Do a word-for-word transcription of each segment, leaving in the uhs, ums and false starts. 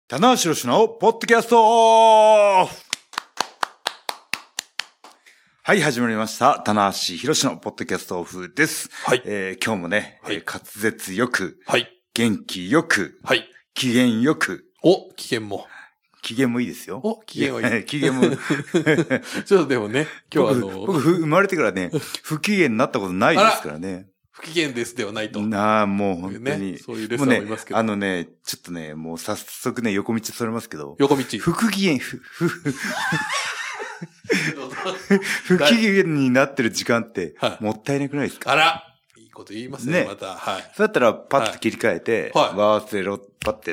棚橋宏のポッドキャストオフ。はい、始まりました。棚橋宏のポッドキャストオフです。 はい。 えー、今日もね、はい、滑舌よく、 はい。 元気よく、 はい。 機嫌よく。 お、機嫌も。 機嫌もいいですよ。 お、機嫌はいい。 機嫌も。ちょっとでもね、今日あの、 僕、僕生まれてからね、不機嫌になったことないですからね。 不機嫌ですではないと。 なあ、もう本当に。 ね、そういうレッスンもいますけど。 ね、あのね、ちょっとね、もう早速ね、横道それますけど。 横道。 不機嫌、ふ、ふ、不機嫌になってる時間って、もったいなくないですか？ あらいいこと言いますね、ねまた。はい。 そうだったら、パッと切り替えて、はい、ワースレロパッてやって、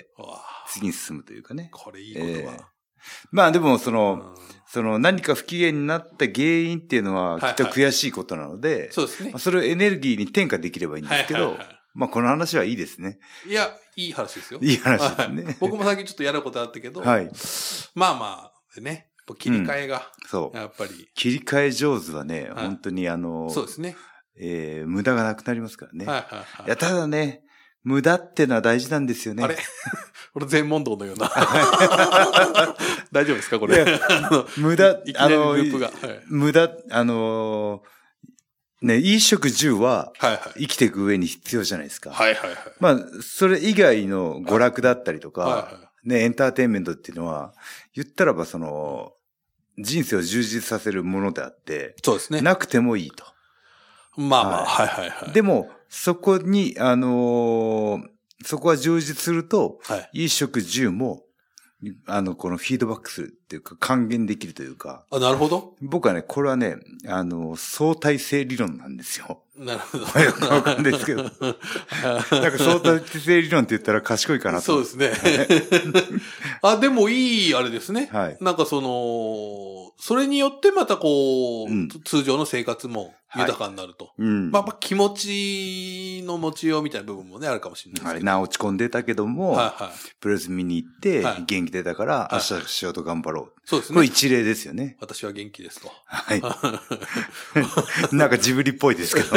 次に進むというかね。 これいいことは。えー、 まあでも、その、その何か不機嫌になった原因っていうのは、きっと悔しいことなので、はいはい、 そうですね。 それをエネルギーに転化できればいいんですけど、はいはいはい、まあこの話はいいですね。 いや、いい話ですよ。 いい話ですね。はい、 僕も最近ちょっとやることあったけど、 はい、 まあまあ、ね。切り替えが、うん、 そう。 やっぱり。 切り替え上手はね、はい、本当にあの、 そうですね。 えー、無駄がなくなりますからね。 はいはいはい。 いや、ただね、無駄ってのは大事なんですよね。 あれ俺全問答のような。大丈夫ですかこれ。 無駄、 いきなりループが。 はい、無駄、あのー、ね、衣食住は、生きていく上に必要じゃないですか。 はいはいはい。 まあ、それ以外の娯楽だったりとか、 はいはいはい、 ね、エンターテインメントっていうのは、言ったらばその、人生を充実させるものであって、 そうですね。 なくてもいいと。 まあまあ、はい、はいはいはい。 でも、そこに、あのー、そこが充実すると、はい、衣食住も、あの、このフィードバックするっていうか、還元できるというか。 あ、なるほど。 僕はね、これはね、あの、相対性理論なんですよ。 なるほど。 よくわかんないですけど。なんか相対性理論って言ったら賢いかなと。 そうですね。あ、でもいい、あれですね。 はい。 なんかその、それによってまたこう、うん、通常の生活も豊かになると。はい、うん。まあ、まあ、気持ちの持ちようみたいな部分もね、あるかもしれないですけど。 はい。な、落ち込んでたけども、はいはい、プロレス見に行って、元気出たから、明日仕事頑張ろう。 そうですね。 これ一例ですよね。 私は元気ですと。 はい。なんかジブリっぽいですけど。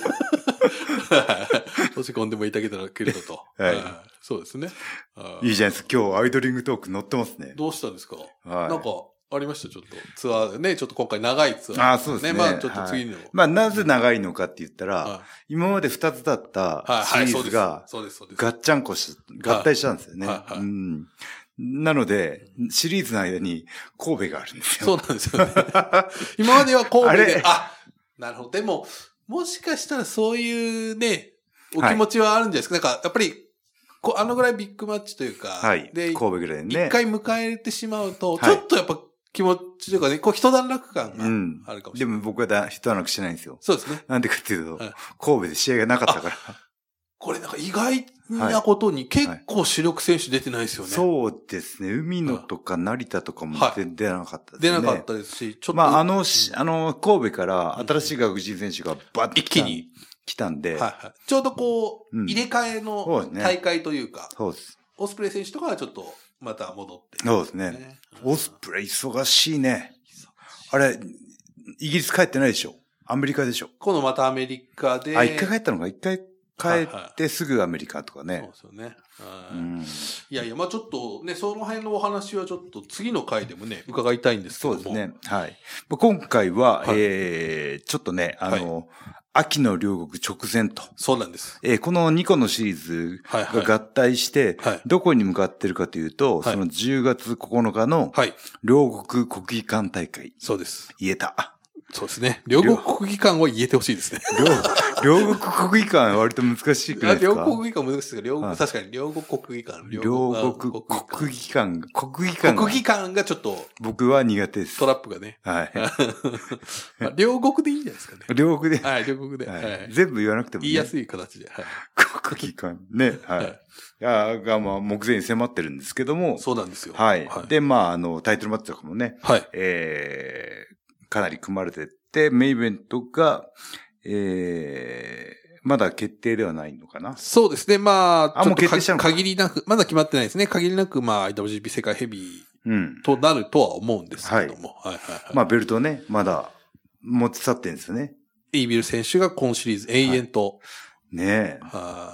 落ち込んでもいたけどけれどと。 はい。 そうですね。 いいじゃないですか。今日アイドリングトーク乗ってますね。 どうしたんですか？ はい。 なんか、ありましたちょっと。ツアーでね、ちょっと今回長いツアー、ね。 ああ、そうですね。 まあちょっと次の。はい、 まあなぜ長いのかって言ったら、はい、今まで二つだったシリーズが、 そうです、そうです。 ガッチャンコし、合体したんですよね。 はいはいはい、 うん。なので、シリーズの間に神戸があるんですよ。 そうなんですよね。今までは神戸で、あ、なるほど。でも、もしかしたらそういうね、お気持ちはあるんじゃないですか。はい、なんか、やっぱり、こあのぐらいビッグマッチというか、 はい。で、神戸ぐらいね。 一回迎えてしまうと、ちょっとやっぱ気持ちというかね、こう一段落感があるかもしれない。 うん、でも僕はだ一段落しないんですよ。 そうですね。 なんでかっていうと、はい、神戸で試合がなかったから。 これなんか意外なことに結構主力選手出てないですよね。 はい、そうですね。海野とか成田とかも全然出なかったですね。 出なかったですし、ちょっと。 まあ、あの、あの、神戸から新しい外国人選手がバッと一気に来たんで。 はいはい。ちょうどこう、入れ替えの大会というか。 そうです。 オスプレイ選手とかはちょっとまた戻って、 ね。そうですね。オスプレイ忙しいね。あれ、イギリス帰ってないでしょ？アメリカでしょ？ 今度またアメリカで。 あ、一回帰ったのか、一回帰ってすぐアメリカとかね。 そうですよね。うん、いやいや、まあちょっとね、その辺のお話はちょっと次の回でもね、伺いたいんですけども。 そうですね。はい。今回は、はい、えー、ちょっとね、あの、はい、秋の両国直前と。 そうなんです。 えー、このにこのシリーズが合体して、はいはい、どこに向かってるかというと、はい、そのじゅうがつここのかの、両国国技館大会。 そうです。 言えた。 そうですね。両国国技館を言えてほしいですね。 両、両国国技館は割と難しくないですか？両国国技館難しいですけど、両国、確かに両国国技館。 両国国技館、国技館。 国技館がちょっと。 僕は苦手です。 トラップがね。 はい。 まあ、両国でいいんじゃないですかね。 両国で。 はい、両国で。 はい。全部言わなくても、ね。 言いやすい形で。はい。 国技館。ね。はい。はい、いや、が、まあ、目前に迫ってるんですけども。 そうなんですよ。 はい。はい、で、まあ、あの、タイトルマッチとかもね。 はい。 えー、かなり組まれてで、メインイベントが、えー、まだ決定ではないのかな？ そうですね。まあ、 あ、もう決定したのか。 限りなく、まだ決まってないですね。限りなく、まあ、アイダブリュージーピー 世界ヘビーとなるとは思うんですけども。はい、はい、はいはい。 まあ、ベルトね、まだ持ち去ってんですよね。 イービル選手が今シリーズ永遠と。 はい、ねえ。 は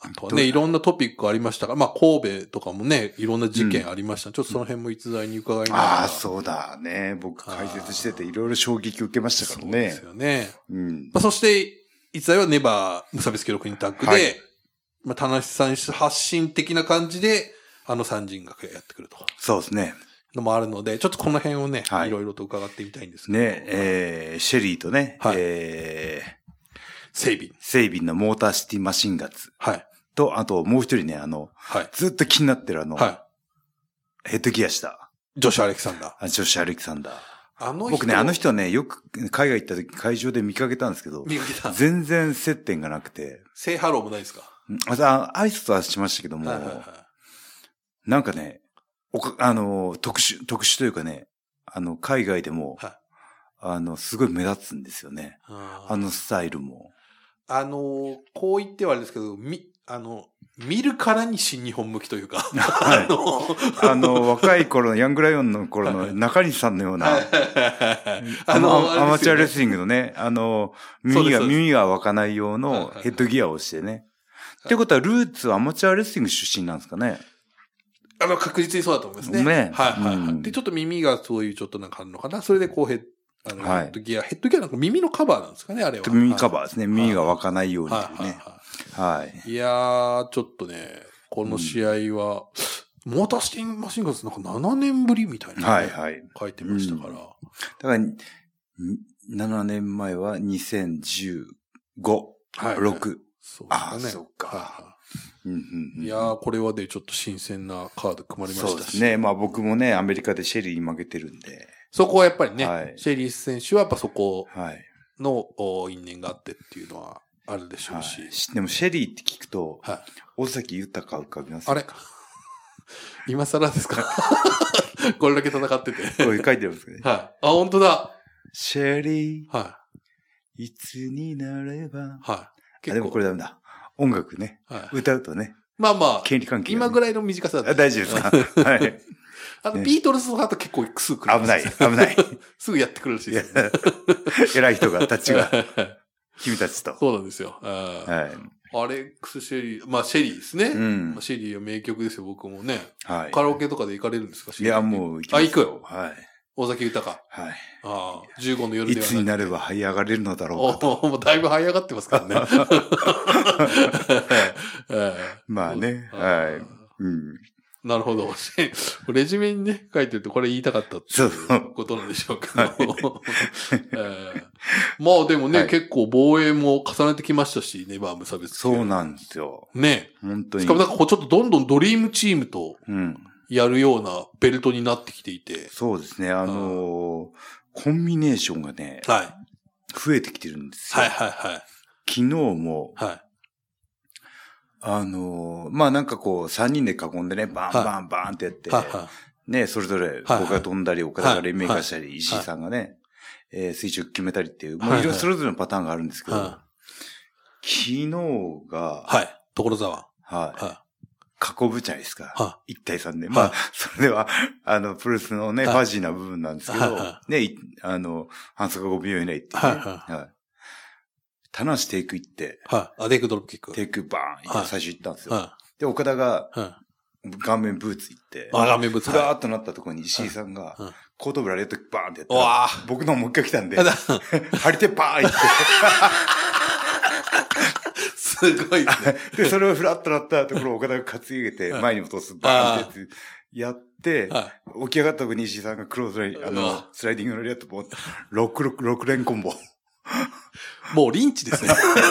あとはね、いろんなトピックありましたが、まあ、神戸とかもね、いろんな事件ありました。うん、ちょっとその辺も逸材に伺いながら。 ああ、そうだね。僕解説してていろいろ衝撃を受けましたからね。そうですよね。 うん。 まあ、そして、逸材はネバー無差別記録にタッグで、はい、まあ、田無さん発信的な感じで、あの三人がやってくると。 そうですね。 のもあるので、ちょっとこの辺をね、はい、いろいろと伺ってみたいんですけど。 ね、えー、シェリーとね、 はい、 えー、 セイビン。 セイビンのモーターシティマシンガッツ。 はい。 と、あともう一人ね、あの、 はい、 ずっと気になってるあの、 はい、 ヘッドギアした。 ジョシュ・アレキサンダー。 あ、ジョシュ・アレキサンダー。 あの人僕ね、あの人はね、よく海外行った時会場で見かけたんですけど、 見かけた。 全然接点がなくて。 セイハローもないですか？ あ、挨拶はしましたけども、はいはいはい、なんかね、おか、あの、特殊、特殊というかね、あの、海外でも、はい、あの、すごい目立つんですよね。あ, あのスタイルも。 あの、こう言ってはあれですけど、み、あの、見るからに新日本向きというか。 はい、あの、あの、若い頃の、ヤングライオンの頃の中西さんのような、あの、アマチュアレスリングのね、あの、耳が、耳が湧かない用のヘッドギアをしてね。ってことは、ルーツはアマチュアレスリング出身なんですかね。 あの、確実にそうだと思いますね。 ね。 はいはいはい、うん。で、ちょっと耳がそういうちょっとなんかあるのかな。それでこうヘッあの、はい、ヘッドギア、ヘッドギアなんか耳のカバーなんですかね、あれは。 耳カバーですね。はい、耳が湧かないようにね。はい、 はいはい。いやー、ちょっとね、この試合は、うん、モーターシティマシンガンズなんかななねんぶりみたいな、ね。 はいはい。 書いてましたから。うん、だから、ななねんまえはにせんじゅうご、はい、ろく。 そうですね。 ああ、そっか。 はいいやー、これはでちょっと新鮮なカード組まれましたし。 そうですね。まあ僕もね、アメリカでシェリーに負けてるんで。 そこはやっぱりね、はい、シェリー選手はやっぱそこの、はい、因縁があってっていうのはあるでしょうし。はい、 でもシェリーって聞くと、はい、尾崎豊浮かびますあれ今更ですかこれだけ戦ってて。 こういう書いてあるんですかね。 はい。あ、本当だ。 シェリー。 はい。 いつになれば。 はい。 あ、でもこれダメだ。音楽ね。はい、歌うとね。 まあまあ。 権利関係、 ね。今ぐらいの短さだった。大丈夫ですかはい。 あの、ね、ビートルズの後結構すぐ来る。 危ない、危ない。 すぐやってくるらしいです、ね。 偉い人が、たちが。君たちと。 そうなんですよ。はい。アレックス・シェリー、まあシェリーですね。うん。シェリーは名曲ですよ、僕もね。はい。カラオケとかで行かれるんですか？ いや、もう行きます。あ、行く。 はい。 尾崎豊。はい。 ああ、じゅうごの夜ではなくて。 いつになれば這い上がれるのだろうかと。 もうだいぶ這い上がってますからね。 まあね。はい。うん。 なるほど。レジュメにね、書いてるとこれ言いたかったっていうことなんでしょうけど。はいえー、まあでもね、はい、結構防衛も重ねてきましたし、ネバー無差別。 そうなんですよ。 ね。 本当に。 しかもなんかこうちょっとどんどんドリームチームと、やるようなベルトになってきていて。うん、 そうですね。あのー、コンビネーションがね、 はい。 増えてきてるんですよ。 はいはいはい。 昨日も、 はい。 あのー、まあ、なんかこう、三人で囲んでね、バンバンバンってやって、はいはい、ね、それぞれ、僕が飛んだり、岡田がレイメーカーしたり、はい、石井さんがね、はい、えー、垂直決めたりっていう、もういろいろそれぞれのパターンがあるんですけど、はいはい、昨日が、 はい、所沢。 はい。はい、囲ぶじゃないですか。 はい。 一対三で。まあ、はい、それでは、あの、プロレスのね、はい、ファジーな部分なんですけど、はい、ね、あの、反則がごびょう以内っていうね。はいはいはい棚橋テイク行って。 はい。あ、テイクドロップキック。 テイクバーン、はい、最初行ったんですよ。 はい、 で、岡田が、はい、顔面ブーツ行って。 あ、顔面ブーツ。 ふらーっとなったところに石井さんが、はい、コートブラレッドバーンってやったら。わ僕のもう一回来たんで、張り手バーン行って。 すごいですね。 で、それをふらっとなったところを岡田が担ぎ上げて、前に落とすバーンってやって、はい、起き上がったところに石井さんがクローズライン、あの、スライディングのリアットボーン、ロックロック、ロック連コンボ。 もうリンチですね。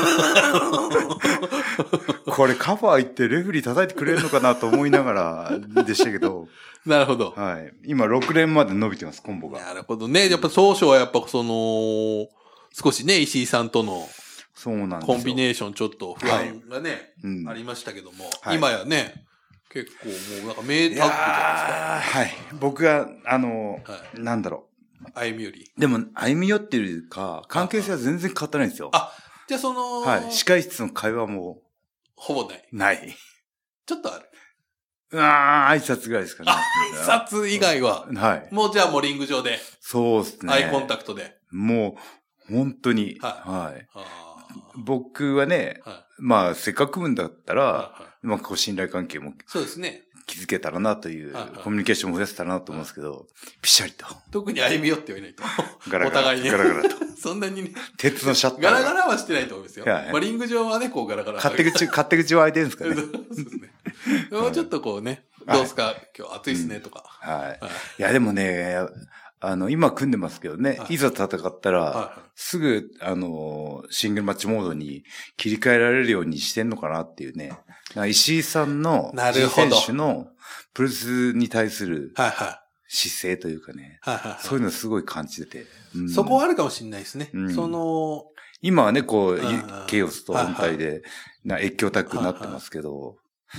これカバー行ってレフェリー叩いてくれるのかなと思いながらでしたけど。 なるほど。 はい。今ろく連まで伸びてます、コンボが。 なるほどね。やっぱ当初はやっぱその、少しね、石井さんとの、 そうなんですコンビネーションちょっと不安がね、はいうん、ありましたけども、はい、今やね、結構もうなんか名タッグじゃないですか。 はい。僕が、あの、はい、なんだろう。 歩み寄り。 でも、歩み寄ってるか、関係性は全然変わってないんですよ。 あ、じゃあその、 はい。控室の会話も、 ほぼない。 ない。 ちょっとある。 うわー、挨拶ぐらいですかね。 挨拶以外は。 はい。 もうじゃあもうリング上で。 そうですね。 アイコンタクトで。 もう、本当に。 はい。 はい。僕はね、はまあ、せっかく組むんだったら、 はいはい、 まあ、こう信頼関係も。 そうですね。 築けたらなという、はいはい、コミュニケーションも増やせたらなと思うんですけど、はい、ピシャリと。 特に歩み寄ってはいないと。 ガラガラ。 お互いね。 ガラガラと。 そんなにね。 鉄のシャッター。 ガラガラはしてないと思うんですよ。 はいはい、 まあ、リング上はね、こうガラガラ。 勝手口、勝手口は開いてるんですかね。 そうですね。もうちょっとこうね、どうですか、はい、今日暑いですね、とか、 うん。はい。はい。いや、でもね、あの、今組んでますけどね、はい、いざ戦ったら、はい、すぐ、あの、シングルマッチモードに切り替えられるようにしてんのかなっていうね。石井さんの、石井選手のプロレスに対する姿勢というかね、はいはいはい、そういうのすごい感じてて。 うん、そこはあるかもしれないですね。うん、その、 今はね、こう、ケイオスと本体で、な越境タッグになってますけど、はいはい、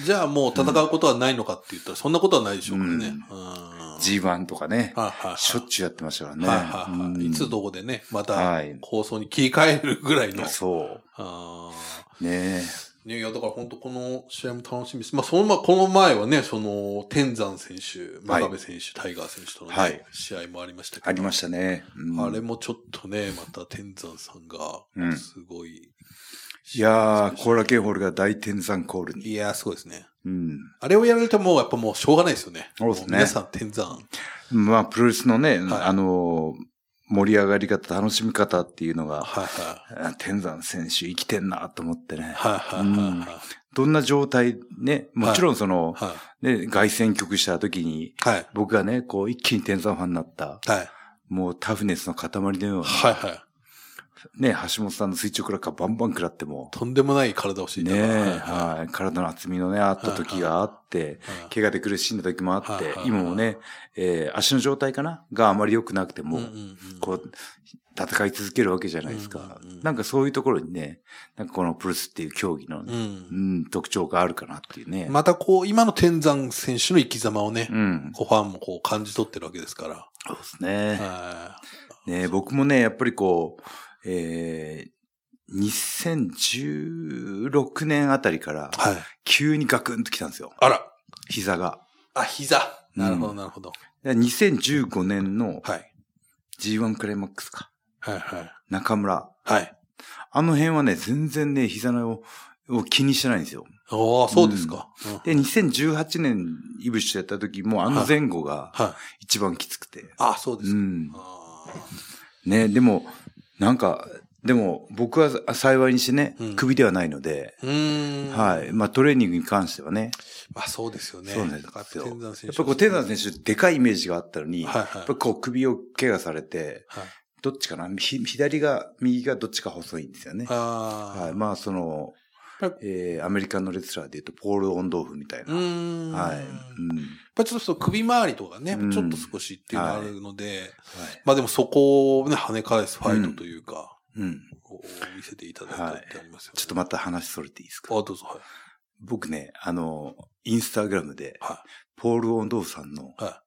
じゃあもう戦うことはないのかって言ったら、そんなことはないでしょうからね。 うん、ジーワン とかね、はいはいはい、しょっちゅうやってましたからね。 はいはいはい、いつどこでね、また構想に切り替えるぐらいの。 そう。あねえ。 ね、いや、だから本当この試合も楽しみです。まあ、そのま、この前はね、その、天山選手、真壁選手、はい、タイガー選手との、ね、はい、試合もありましたけど。 ありましたね。 うん、あれもちょっとね、また天山さんが、すごい、うん。 いやー、コーラケンホールが大天山コールに。 いやー、すごいですね。うん。あれをやられても、やっぱもうしょうがないですよね。 そうですね。 皆さん天山。 まあ、プロレスのね、はい、あのー、盛り上がり方、楽しみ方っていうのが、はいはい、天山選手生きてんなと思ってね。はいはいはいはい、うん。どんな状態ね、もちろんその、はいはい、ね、凱旋曲した時に、はい、僕がね、こう一気に天山ファンになった、はい、もうタフネスの塊のような、はいはい、ね、橋本さんの垂直落下バンバン食らっても。 とんでもない体をしていた。 ね、はいはいはい、体の厚みのね、あった時があって、はいはい、怪我で苦しんだ時もあって、はいはい、今もね、えー、足の状態かながあまり良くなくても、うんうんうん、こう、戦い続けるわけじゃないですか、うんうんうん。なんかそういうところにね、なんかこのプロレスっていう競技の、ね、うんうん、特徴があるかなっていうね。 またこう、今の天山選手の生き様をね、うん、こうファンもこう感じ取ってるわけですから。 そうですね。はい、ね、僕もね、やっぱりこう、えー、にせんじゅうろくねんあたりから、急にガクンと来たんですよ。 あら。 膝が。 あ、膝。なるほど、なるほど。 にせんじゅうごねんの ジーワン クライマックスか。 はいはい。 中村。 はい。 あの辺はね、全然ね、膝のを気にしてないんですよ。 ああ、そうですか、 うん。で、にせんじゅうはちねんイブシュやった時も、あの前後が一番きつくて。はいはい、 ああ、そうですか。うん、 ね、でも、なんか、でも僕は幸いにしてね、うん、首ではないので、うーんはい。まあトレーニングに関してはね。 まあそうですよね。 そうなんですよ。やっぱこう天山選手でかいイメージがあったのに、はいはい、やっぱこう首を怪我されて、はい、どっちかな左が、右がどっちか細いんですよね。あはい。まあその、えー、アメリカンのレスラーで言うとポール・オンドーフみたいな。うんはい。うん。やっぱちょっと首周りとかね、うん、ちょっと少しっていうのがあるので、はいはい、まあでもそこをね、跳ね返すファイトというか、うん。うん、見せていただいたってありますよね、はい。ちょっとまた話それていいですか？ あ、どうぞ、はい。 僕ね、あの、インスタグラムで、はい、ポール・オンドーフさんの、はい、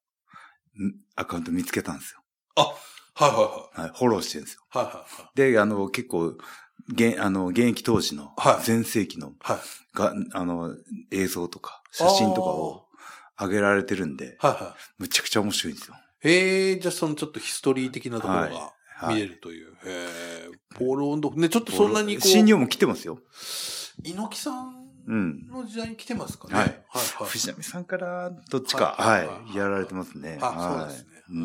アカウント見つけたんですよ。 あ、はいはいはい。 はい、フォローしてるんですよ。 はいはいはい。 で、あの、結構、現、あの、現役当時の、全盛期の、はい、が、あの、映像とか、写真とかを上げられてるんで、はいはい。むちゃくちゃ面白いんですよ。 へえ、じゃあそのちょっとヒストリー的なところが見れるという。はいはい、へえ、ポール・オンドーフね、ちょっとそんなにこう。 新日本も来てますよ。 猪木さんの時代に来てますかね。 はい。はいはい、藤波さんからどっちか、はい、はい、やられてますね。 あ、はい、そうですね。 うん。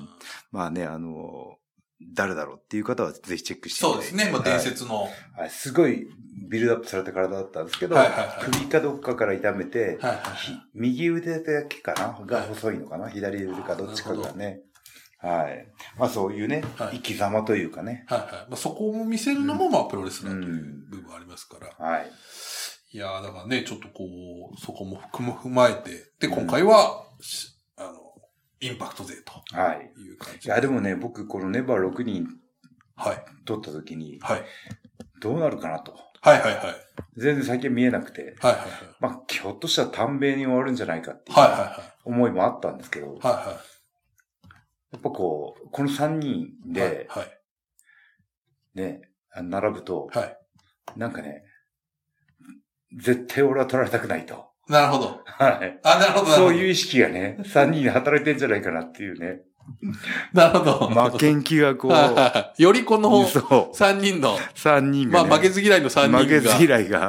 まあね、あの、誰だろうっていう方はぜひチェックしてみて。 そうですね。まあ伝説の、 はい。すごいビルドアップされた体だったんですけど、はいはいはい、首かどっかから痛めて、はいはいはい、右腕だけかなが細いのかな、左腕かどっちかがね。はい。まあそういうね、はい、生き様というかね。 はいはい。まあそこを見せるのもまあプロレスだという部分ありますから。 うん、はい。 いやーだからね、ちょっとこう、そこも踏まえて、で、今回は、うん、あの、インパクト勢という感じ、 はい。いや、でもね、僕、このネバーろくにん、はい。取った時に、はい。どうなるかなと。 はいはいはい。 全然最近見えなくて、 はいはいはい。 まあ、ひょっとしたら短命に終わるんじゃないかっていう、はいはいはい。思いもあったんですけど、はいはい。やっぱこう、このさんにんで、はい。はい、ね、並ぶと、はい。なんかね、絶対俺は取られたくないと。 なるほど。 はい。 あ、なるほど。 そういう意識がね、さんにんで働いてんじゃないかなっていうね。 なるほど。 負けん気がこう。 よりこのさんにんの。 さんにんが、 ね。まあ負けず嫌いのさんにんが。 負けず嫌いが。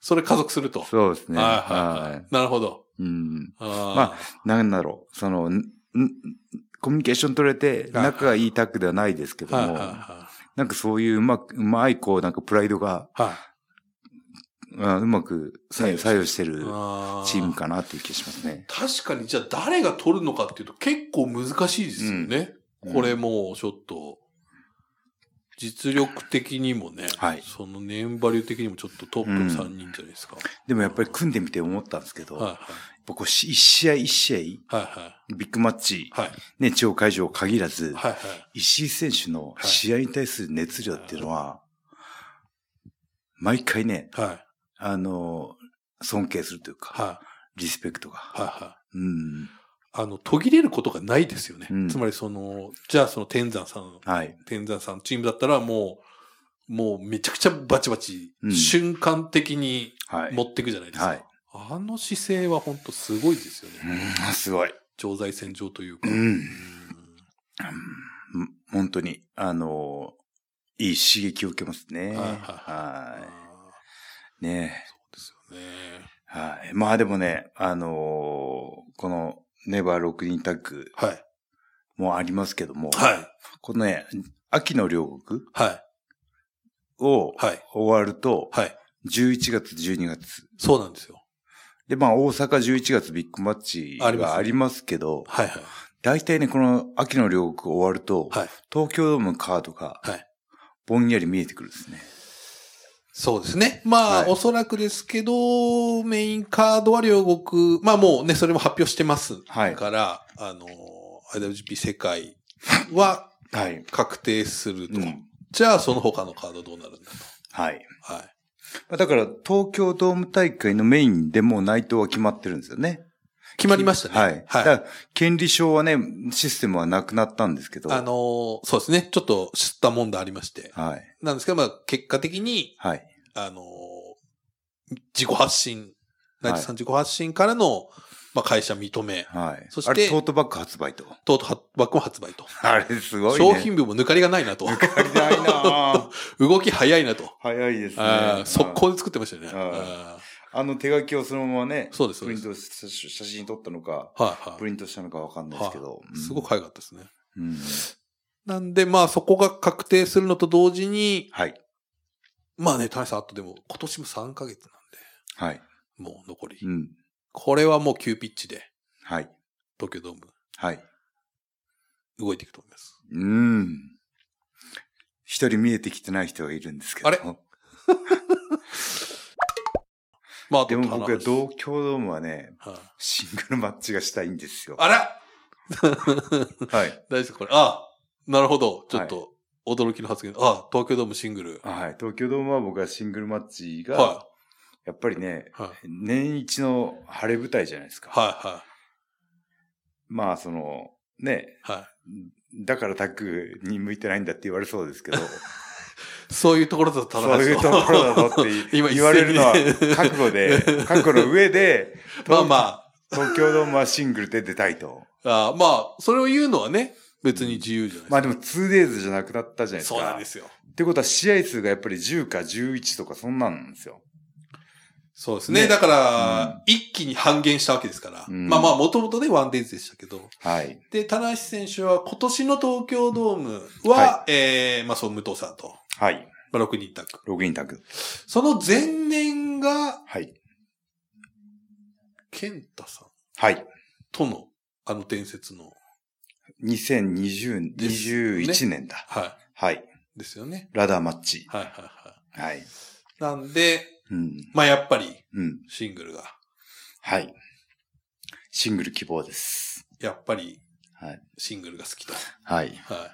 それ加速すると。 そうですね。 はいはいはい。なるほど。 うん。あまあ、なんだろう。その、んコミュニケーション取れて、仲がいいタッグではないですけども、はいはいはい、なんかそういううまく、うまい、こう、なんかプライドが、はい、うまく、ね、作用してるチームかなっていう気がしますね。 確かに、じゃあ誰が取るのかっていうと結構難しいですよね。うん、これもうちょっと、実力的にもね、はい、そのネームバリュー的にもちょっとトップのさんにんじゃないですか。うん、 でもやっぱり組んでみて思ったんですけど、はいはい、こう一試合一試合、はいはい、ビッグマッチ、はい、ね、地方会場を限らず、はいはい、石井選手の試合に対する熱量っていうのは、はい、毎回ね、はい、あの、尊敬するというか、はい、リスペクトが。はいはい、うんあの、途切れることがないですよね。うん、つまりその、じゃあその天山さん、はい、天山さんチームだったらもう、もうめちゃくちゃバチバチ、うん、瞬間的に持っていくじゃないですか。はいはい、あの姿勢は本当すごいですよね。 うん、すごい。 常在戦場というか。 うんうん、本当に、あの、いい刺激を受けますね。はい。はい、ねえ。 そうですよね。 はい。まあでもね、あのー、この、ネバーろくにんタッグもありますけども、はい、このね、秋の両国を終わると、はい、じゅういちがつ、じゅうにがつ。 そうなんですよ。 で、まあ大阪じゅういちがつビッグマッチがありますけど、はいはい、大体ね、この秋の両国終わると、はい、東京ドームカードがぼんやり見えてくるんですね。 そうですね。まあ、はい、おそらくですけど、メインカードは両国、まあもうね、それも発表してますから、はい、あの、アイダブリュージーピー 世界は確定すると。はいうん、じゃあ、その他のカードどうなるんだと。 はい。はい。だから、東京ドーム大会のメインでも内藤は決まってるんですよね。 決まりましたね。 はい。はい。だから権利証はね、システムはなくなったんですけど。 あのー、そうですね。ちょっと知った問題ありまして。はい。なんですけど、まあ、結果的に、はい。あのー、自己発信、ナイトさん自己発信からの、まあ、会社認め。はい。そして、あれ、トートバッグ発売と。 トートバッグも発売と。 あれ、すごいね。 商品部も抜かりがないなと。 抜かりないな動き早いなと。 早いですね。 速攻で作ってましたよね。 あ, あの手書きをそのままね、そうですプリントし、写真撮ったのか、はいはい、プリントしたのかわかんないですけど、はいうん。すごく早かったですね。うん、なんで、まあ、そこが確定するのと同時に、はい。まあね、大差あとでも、今年もさんかげつなんで。はい。もう残り。うん。これはもう急ピッチで。はい。東京ドーム。はい。動いていくと思います。 うん。一人見えてきてない人がいるんですけど。 あれまあ、でも僕は東京ドームはね、はあ、シングルマッチがしたいんですよ。 あらはい。大丈夫これ。あ、なるほど。ちょっと、驚きの発言。はい、あ、東京ドームシングル。 はい。東京ドームは僕はシングルマッチが、はい、やっぱりね、はい、年一の晴れ舞台じゃないですか。はいはい。まあ、その、ね、はい。だからタッグに向いてないんだって言われそうですけど。 そういうところだとそういうところだぞって言われるのは覚悟で、覚悟の上で、 まあまあ、 東京ドームはシングルで出たいと。 あまあ、それを言うのはね、別に自由じゃないですか。 まあでも ツーデイズ じゃなくなったじゃないですか。 そうなんですよ。 ってことは試合数がやっぱりじゅうかじゅういちとかそんなんなんですよ。 そうですね。ねだから、うん、一気に半減したわけですから。うん、まあまあ、もともとね、ワンデイズでしたけど。はい。で、棚橋選手は今年の東京ドームは、はい、えー、まあそう、武藤さんと。はい。まあ、ろくにんタッグ。 ろくにんタッグ。 その前年が、はい。健太さん。 はい。 との、あの伝説の。 にせんにじゅう、にじゅういちねんだ。ね、はい。はい。 ですよね。 ラダーマッチ。 はいはいはい。 はい。 なんで、うん、まあやっぱり、シングルが、うん。 はい。シングル希望です。 やっぱり、はい。シングルが好きと。はい。はい。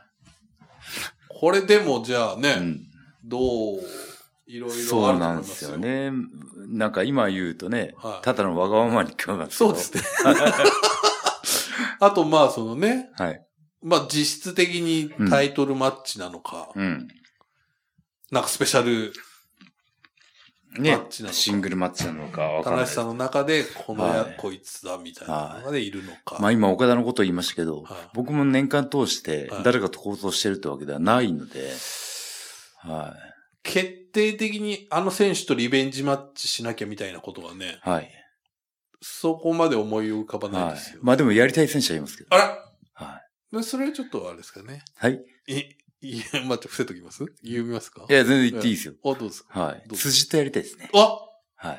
これでもじゃあね、うん、どう、いろいろあると思いますよ。 そうなんですよね。なんか今言うとね、はい、ただのわがままに聞こえますけど。 そうですね。あとまあそのね、はい。まあ実質的にタイトルマッチなのか、うん。なんかスペシャル、 ね、マッチなのかシングルマッチなのかわかんない。 田中さんの中で、このや、はい、こいつだみたいなのでいるのか。 まあ今岡田のことを言いましたけど、はい、僕も年間通して誰かと構想してるってわけではないので、 はい。決底的にあの選手とリベンジマッチしなきゃみたいなことがね。 はい。 そこまで思い浮かばないですよ。 はい、まあでもやりたい選手はいますけど。 あらはい。 それはちょっとあれですかね。 はい。 え、いや、待って、伏せときます言みますかいや、全然言っていいですよ。 あ、どうですかはい。辻とやりたいですね。 あはい。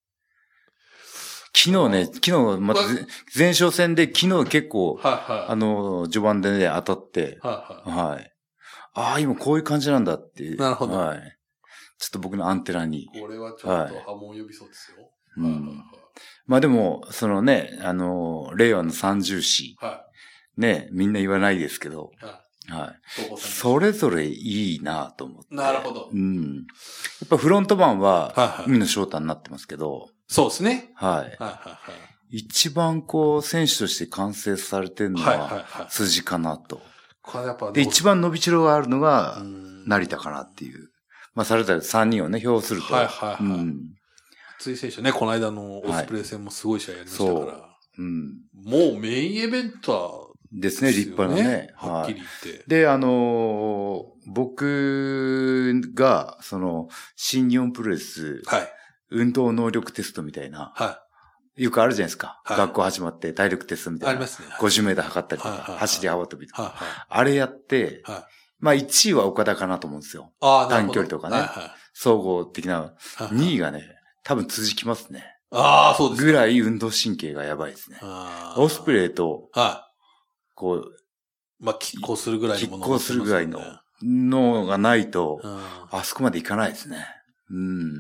昨日ね、昨日、また、前哨戦で昨日結構、はいはい、あの、序盤でね、当たって、はいはい。はい。ああ、今こういう感じなんだっていう。 なるほど。 はい。ちょっと僕のアンテナに。 これはちょっと波紋呼びそうですよ。 はい、うん。まあでも、そのね、あの、令和の三重士。はい。ね、みんな言わないですけど。はい。はい。それぞれいいなと思って。 なるほど。 うん。やっぱフロントマンは、はいはい、海野翔太になってますけど。 そうですね。 はい。はいはいはい。一番こう、選手として完成されてるのは、辻かなと。 これやっぱで、一番伸びしろがあるのが、成田かなっていう。まあ、それぞれさんにんをね、表すると。 はいはいはい。うん。辻選手ね、この間のオスプレイ戦もすごい試合やりましたから。はい、そう。うん。もうメインイベントですね、立派なね。 はっきり言って。 で、あのー、僕が、その、新日本プロレス、はい。運動能力テストみたいな。はい。よくあるじゃないですか。はい。学校始まって体力テストみたいな。 ありますね。 ごじゅうメーター測ったりとか、はいはいはい、走り幅跳びとか。はいはい。あれやって、はい。まあいちいは岡田かなと思うんですよ。ああ、なるほど。短距離とかね。はいはい。総合的な。はいはい、にいがね、多分続きますね。 ああ、そうですね。ぐらい運動神経がやばいですね。ああ。オスプレイと、はい。こう、 まあ、拮抗するぐらいのもの、 ね。拮抗するぐらいののがないと、あそこまでいかないですね。うん。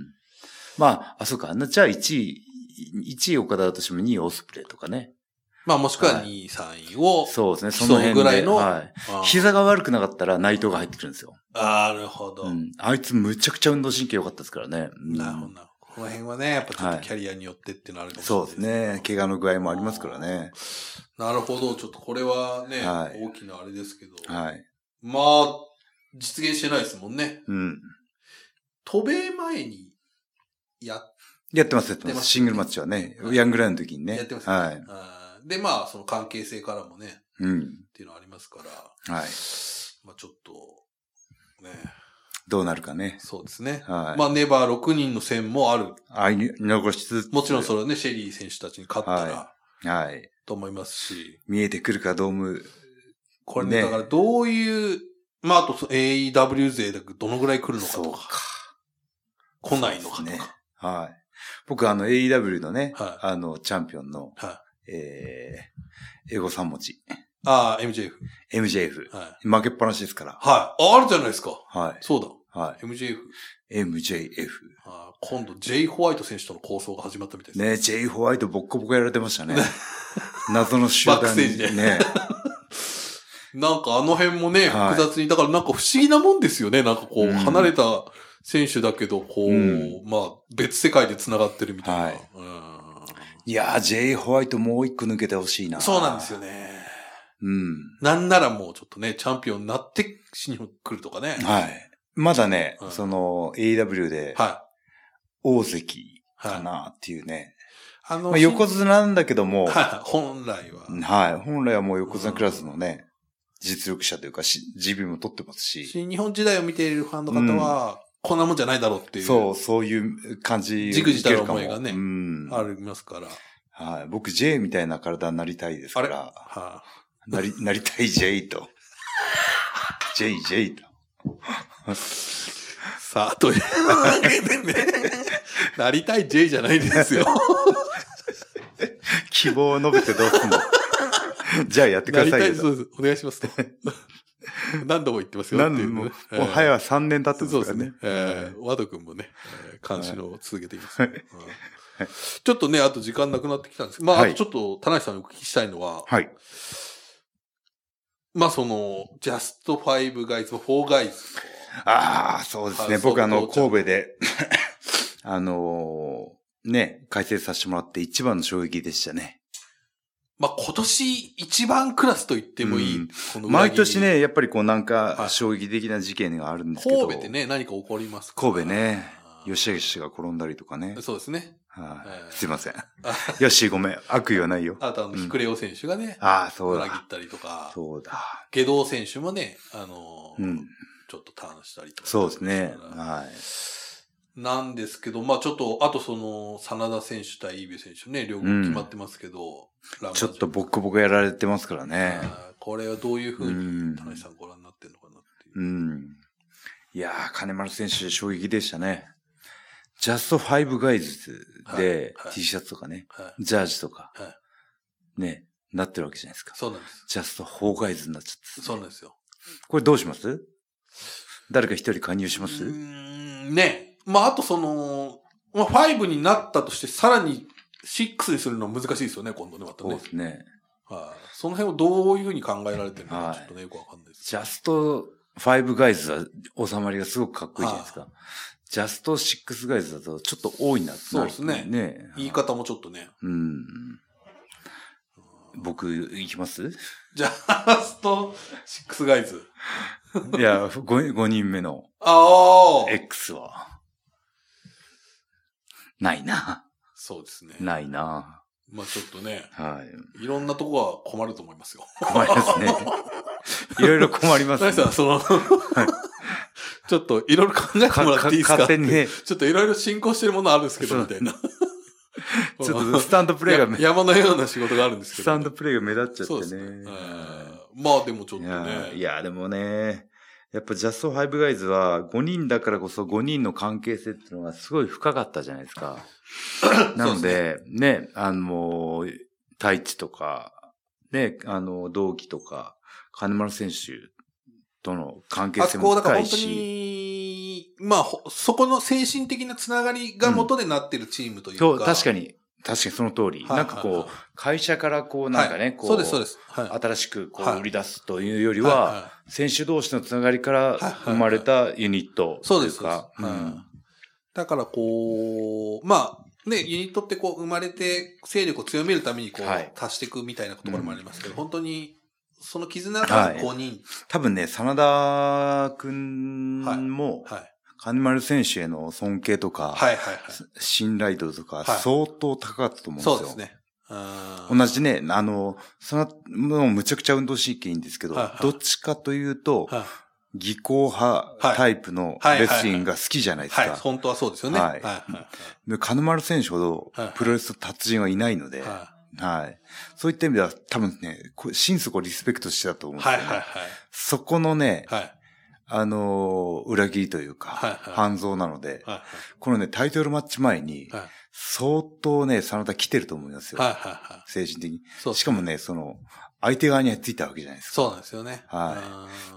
まあ、あ、そうか。じゃあいちい、いちい岡田だとしてもにいオスプレイとかね。 まあもしくはにい、さんいを。 そうですね。その辺ぐらいの。はい。膝が悪くなかったら内藤が入ってくるんですよ。 なるほど。 うん。あいつむちゃくちゃ運動神経良かったですからね。 うん、なるほど。この辺はね、やっぱちょっとキャリアによってっていうのあるかもしれないですね。そうですね。怪我の具合もありますからね。 なるほど。ちょっとこれはね、はい、大きなあれですけど。 はい。 まあ、実現してないですもんね。 うん。 渡米前にやっやってます、やってます。シングルマッチはね、はい、ヤングライの時にね。 やってますね。 はい。 で、まあ、その関係性からもね。 うん。 っていうのありますから。 はい。 まあ、ちょっと、ね。 どうなるかね。 そうですね。 はい。 まあ、ネバーろくにんの戦もある。 あい、残しつつ。 もちろんそれはね、シェリー選手たちに勝ったら。 はい。はい。 と思いますし。 見えてくるかドーム。 これね、ねだからどういう、まあ、あと エーイーダブリュー 勢だけどのぐらい来るのかとか。そうか。来ないのかとか。ね、 はい。僕あの エーイーダブリュー のね、はい、あの、チャンピオンの、はい、えー、エゴさん文字。 ああ、エムジェイエフ。 エムジェイエフ。はい。負けっぱなしですから。 はい。あ、あるじゃないですか。 はい。 そうだ。 はい。 エムジェイエフ。 エムジェイエフ。 あ今度 J ホワイト選手との構想が始まったみたいですね。ね、J ホワイトボッコボコやられてましたね。謎の集団に。バックステージで。ね。 なんかあの辺もね、複雑に、だからなんか不思議なもんですよね。なんかこう、うん、離れた選手だけど、こう、うん、まあ、別世界で繋がってるみたいな。はい、うん、 いやー、J ホワイトもう一個抜けてほしいな。 そうなんですよね。 うん。 なんならもうちょっとね、チャンピオンになって死に来るとかね。 はい。まだね、うん、その エーイーダブリュー で、はい。大関かなっていうね。はい、あの、まあ、横綱なんだけども。 はい。本来は。 はい。本来はもう横綱クラスのね、うん、実力者というか、ジービーも取ってますし。 新日本時代を見ているファンの方は、うん、こんなもんじゃないだろうっていう。 そう、そういう感じ。 じくじたる思いがね、うん、ありますから。 はい。僕 J みたいな体になりたいですから。はい。なり、なりたい J と。J、J と。 さあ、というわけでね、なりたい J じゃないですよ。 希望を述べてどうすんのじゃあやってくださいよ。なりたい、 そうです。お願いしますと。何度も言ってますよ。 何度も、もう早さんねん経ってますからね。 そうですね。えー、ワド君もね、監視を続けています。はいうんちょっとね、あと時間なくなってきたんですけど、まあ、はい、あとちょっと、田中さんにお聞きしたいのは、 はい。 まあ、その、ジャストファイブガイズ、フォーガイズ。 ああ、そうですね。僕あの、神戸で、あのー、ね、解説させてもらって一番の衝撃でしたね。 まあ、今年一番クラスと言ってもいい。うん、 この毎年ね、やっぱりこうなんか、衝撃的な事件があるんですけど。 神戸でね、何か起こりますか？ 神戸ね。吉橋が転んだりとかね。 そうですね。 はい、えー、すいません。よし、ごめん。悪意はないよ。 あとあの、ヒクレオ選手がね。 うん、ああ、そうだ。 裏切ったりとか。 そうだ。 下道選手もね、あのー、うん、 ちょっとターンしたりとか。 そうですね。はい。 なんですけど、まあちょっと、あとその、真田選手対イービー選手ね、両国決まってますけど、 うん、ちょっとボッコボコやられてますからね。 これはどういうふうに、田中さんご覧になってるのかなっていう。 うん。いやー、金丸選手衝撃でしたね。ジャストファイブガイズで、はいはい、T シャツとかね、はい、ジャージとか、はい、ね、なってるわけじゃないですか。 そうなんです。 ジャストフォーガイズになっちゃって、 ね。そうなんですよ。 これどうします？誰か一人加入します？ うーん、ね。まあ、あとその、まあ、ファイブになったとして、さらにシックスにするのは難しいですよね、今度ね、またね。 そうですね。 はい、その辺をどういうふうに考えられてるのか、ちょっとね、よくわかんないです。 ジャストファイブガイズは収まりがすごくかっこいいじゃないですか。ジャストシックスガイズだとちょっと多いなって。 そうですね。ね。言い方もちょっとね。 うん。僕、行きます？ ジャストシックスガイズ。 いや、5, 5人目の。 ああ。 X は。ないな。 そうですね。 ないな。 まあちょっとね。 はい。 いろんなとこは困ると思いますよ。 困りますね。いろいろ困りますね。 さん、その、ちょっといろいろ考えてもらっていいですか？ 勝手にね。 ちょっといろいろ進行してるものあるんですけど、みたいな。 ちょっとスタンドプレイが山のような仕事があるんですけど、 ね。スタンドプレイが目立っちゃってね。 そうですね。まあでもちょっとね。 いや、いやでもね、やっぱジャストファイブガイズはごにんだからこそごにんの関係性っていうのがすごい深かったじゃないですか。なので、ね、ね、あの、太一とか、ね、あの、同期とか、金丸選手との関係性も深いし。あそこだから本当に、まあ、そこの精神的なつながりが元でなってるチームというか。 うん、そう、確かに。確かにその通り。はいはいはい、なんかこう、会社からこうなんかね、はい、こう、 そうです、そうです。はい、 新しくこう売り出すというよりは、はいはいはい、選手同士のつながりから生まれたユニットというか。 そうです、そうです。うん、だからこう、まあ、ね、ユニットってこう生まれて勢力を強めるためにこう、はい、足していくみたいなところもありますけど、うん、本当に、その絆がごにん、はい。 多分ね、真田くんも、はいはい、金丸選手への尊敬とか、はいはいはい、信頼度とか、相当高かったと思うんですよ。そうですね。同じね、あの、その、もうむちゃくちゃ運動神経いいんですけど、はいはい、どっちかというと、はい、技巧派タイプのレスリングが好きじゃないですか。 はいはいはいはい、本当はそうですよね。はいはいはいはい、 で金丸選手ほどプロレスの達人はいないので、はいはいはい、そういった意味では多分ね、心底リスペクトしてたと思うんですよね。はいはいはい、そこのね、はいあのー、裏切りというか、はいはい、反造なので、はいはい、このね、タイトルマッチ前に、はい、相当ね、真田来てると思いますよ。はいはいはい、精神的に。そうしかもね、その、相手側についたわけじゃないですか。 そうなんですよね。 はい。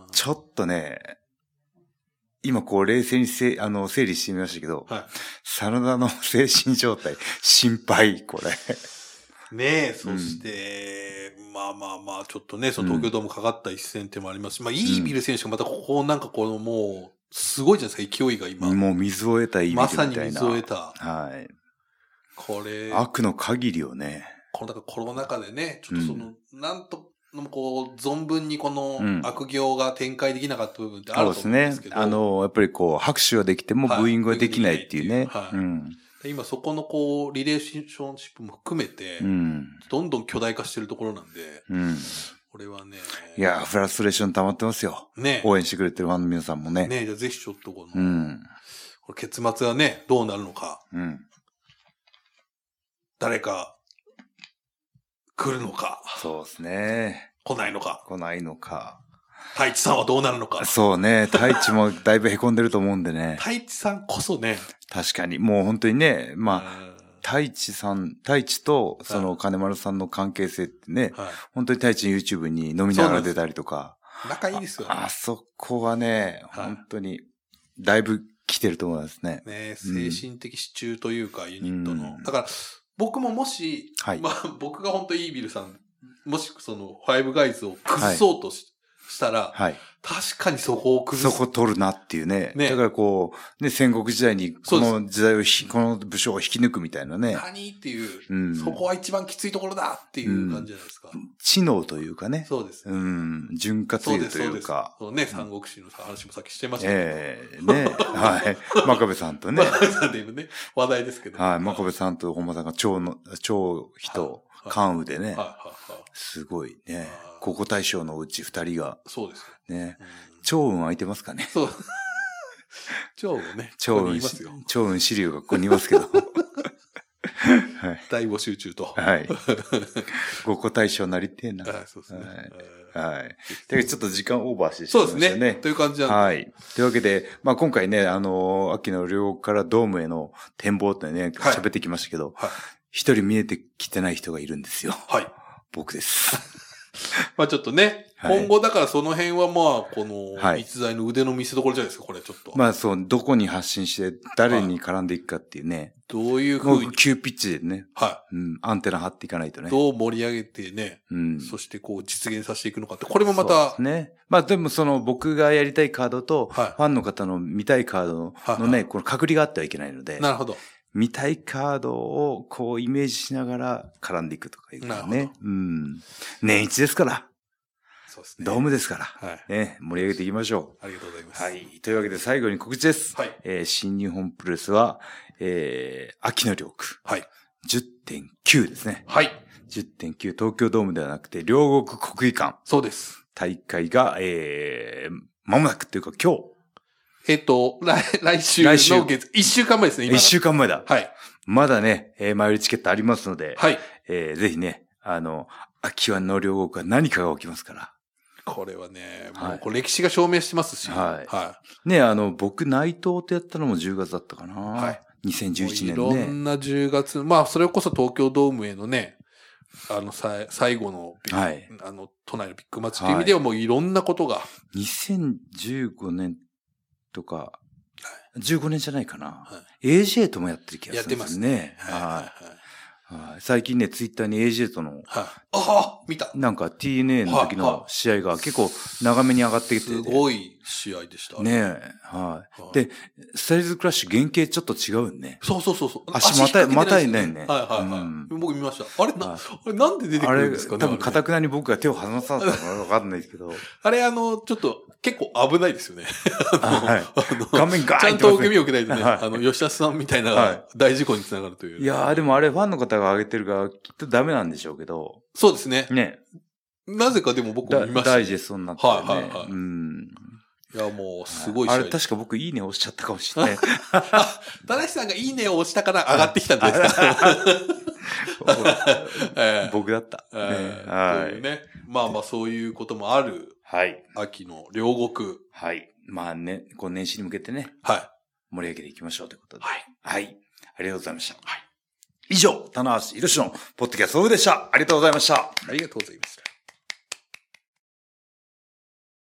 ちょっとね、今こう冷静にせあの整理してみましたけど、はい、真田の精神状態、心配、これ。 ねえ、そして、うん、まあまあまあ、ちょっとね、その東京ドームかかった一戦ってもありますし、うん、まあ、イービル選手がまたここなんかこのもう、すごいじゃないですか、勢いが今。 もう水を得たイービルみたいな。 まさに水を得た。 はい。 これ。 悪の限りをね。 この、だからコロナ禍でね、ちょっとその、うん、なんと、こう、存分にこの悪行が展開できなかった部分ってあると思うんですけど。 そうですね。あの、やっぱりこう、拍手はできてもブーイングはできないっていうね。 はい。うん、今そこのこう、リレーションシップも含めて、うん、どんどん巨大化してるところなんで、うん、これはね。 いや、フラストレーション溜まってますよ。ね。応援してくれてるファンの皆さんもね。 ね、じゃあぜひちょっとこの、うん、これ結末はね、どうなるのか。うん、誰か、来るのか。 そうですね。 来ないのか。 来ないのか。 太一さんはどうなるのか。 そうね。太一もだいぶ凹んでると思うんでね。 太一さんこそね。 確かに。もう本当にね、まあ、太一さん、太一とその金丸さんの関係性ってね、はい、本当に太一の YouTube に飲みながら出たりとか。 仲いいですよね。 あ、あそこはね、本当に、だいぶ来てると思いますね。 ね、精神的支柱というか、ユニットの。うん、だから、僕ももし、はい、まあ僕が本当イービルさん、もしそのファイブガイズを崩そうと し,、はい、したら、はい、確かにそこを崩す。 そこ取るなっていうね。ねだからこう、ね、戦国時代にこの時代をひ、この武将を引き抜くみたいなね。 何っていう、うん、そこは一番きついところだっていう感じじゃないですか。うん、 知能というかね。 そうです、 ね。うん。潤滑油というか。 そうね、三国志の話もさっきしてましたけど。 ええー、ね。はい。真壁さんとね。 真壁さんで今ね、話題ですけど。 はい。真壁さんと本間さんが超の、超人、関羽でね。はいはいはい。すごいね。国語大賞のうち二人が。 そうですね。 超雲空いてますかね。 そう。超雲ね。 超雲、超雲支流がここにいますけど。 はい、大募集中と。 はい。ごこ対象なりてえな。 はい、そうですね。 はい。はい。というちょっと時間オーバーしてしまいましたね。そうですね。 という感じなんで。 はい。というわけで、まあ今回ね、あの、秋の両からドームへの展望ってね、喋、はい、ってきましたけど、はい、一人見えてきてない人がいるんですよ。 はい。 僕です。 まあちょっとね、はい、今後だからその辺はまあ、この、逸材の腕の見せ所じゃないですか、これちょっと。 まあそう、どこに発信して、誰に絡んでいくかっていうね。はい、 どういうふうに。 急ピッチでね。 はい。 うん。アンテナ張っていかないとね。 どう盛り上げてね。うん。そしてこう実現させていくのかって、これもまた。 そうですね。まあでもその僕がやりたいカードと、はい、ファンの方の見たいカードのね、はい、この隔離があってはいけないので。 なるほど。 見たいカードをこうイメージしながら絡んでいくとかいうね。なるほど。うん。年一ですから。 そうですね。 ドームですから。はい。ね、盛り上げていきましょう。ありがとうございます。 はい。というわけで最後に告知です。 はい。 えー、新日本プロレスは、えー、秋の両区。 はい。 じゅってんきゅう ですね。 はい。 じゅってんきゅう 東京ドームではなくて、両国国技館。 そうです。 大会が、えー、間もなくっていうか今日。 えっと、来、来週の月、来週。一週間前ですね、今。 一週間前だ。 はい。 まだね、えー、前売りチケットありますので。 はい。 えー、ぜひね、あの、秋はの両国は何かが起きますから。 これはね、もうこれ歴史が証明してますし。 はい。はい。ね、あの、僕、内藤ってやったのもじゅうがつだったかな。はい。にせんじゅういちねんね。 いろんなじゅうがつ、まあ、それこそ東京ドームへのね、あの、さ、最後の、はい。あの、都内のビッグマッチっていう意味ではもういろんなことが。 にせんじゅうごねんとか、じゅうごねんじゃないかな。はい、エージェー ともやってる気がするんですね。やってますね。はい。はいはい、最近ね、ツイッターに エージェー との、はい、 ああ、見た。 なんか ティーエヌエー の時の試合が結構長めに上がってきて、 すごい試合でした。 ねえ、はい。はい、で、スタイルズクラッシュ原型ちょっと違うんね。 そうそうそうそう。 足また、またいないね。 はいはいはい。うん、僕見ました。あれな、はい、あれなんで出てくるんですかね。 あれ、多分堅くなに僕が手を離さなかったのかわかんないですけど。 あれあの、ちょっと結構危ないですよね。 はい。画面ガーンちゃんと受け身を受けないとね、はい、あの、吉田さんみたいな大事故につながるという。 いやーでもあれファンの方が上げてるからきっとダメなんでしょうけど。 そうですね。 ね。 なぜかでも僕も見ました、 ね。ダイジェストになってね。はいはいはい。うん。 いや、もう、すごい試合。 あれ、確か僕、いいね押しちゃったかもしれない。 あ、田中さんがいいねを押したから上がってきたんですかえー、僕だった。 えー、はい。というね。まあまあ、そういうこともある。 はい。 秋の両国。 はい。まあね、こう年始に向けてね。 はい。 盛り上げていきましょうということで。 はい。 はい。ありがとうございました。 はい。 以上、棚橋宏のポッドキャストオフでした。ありがとうございました。 ありがとうございました。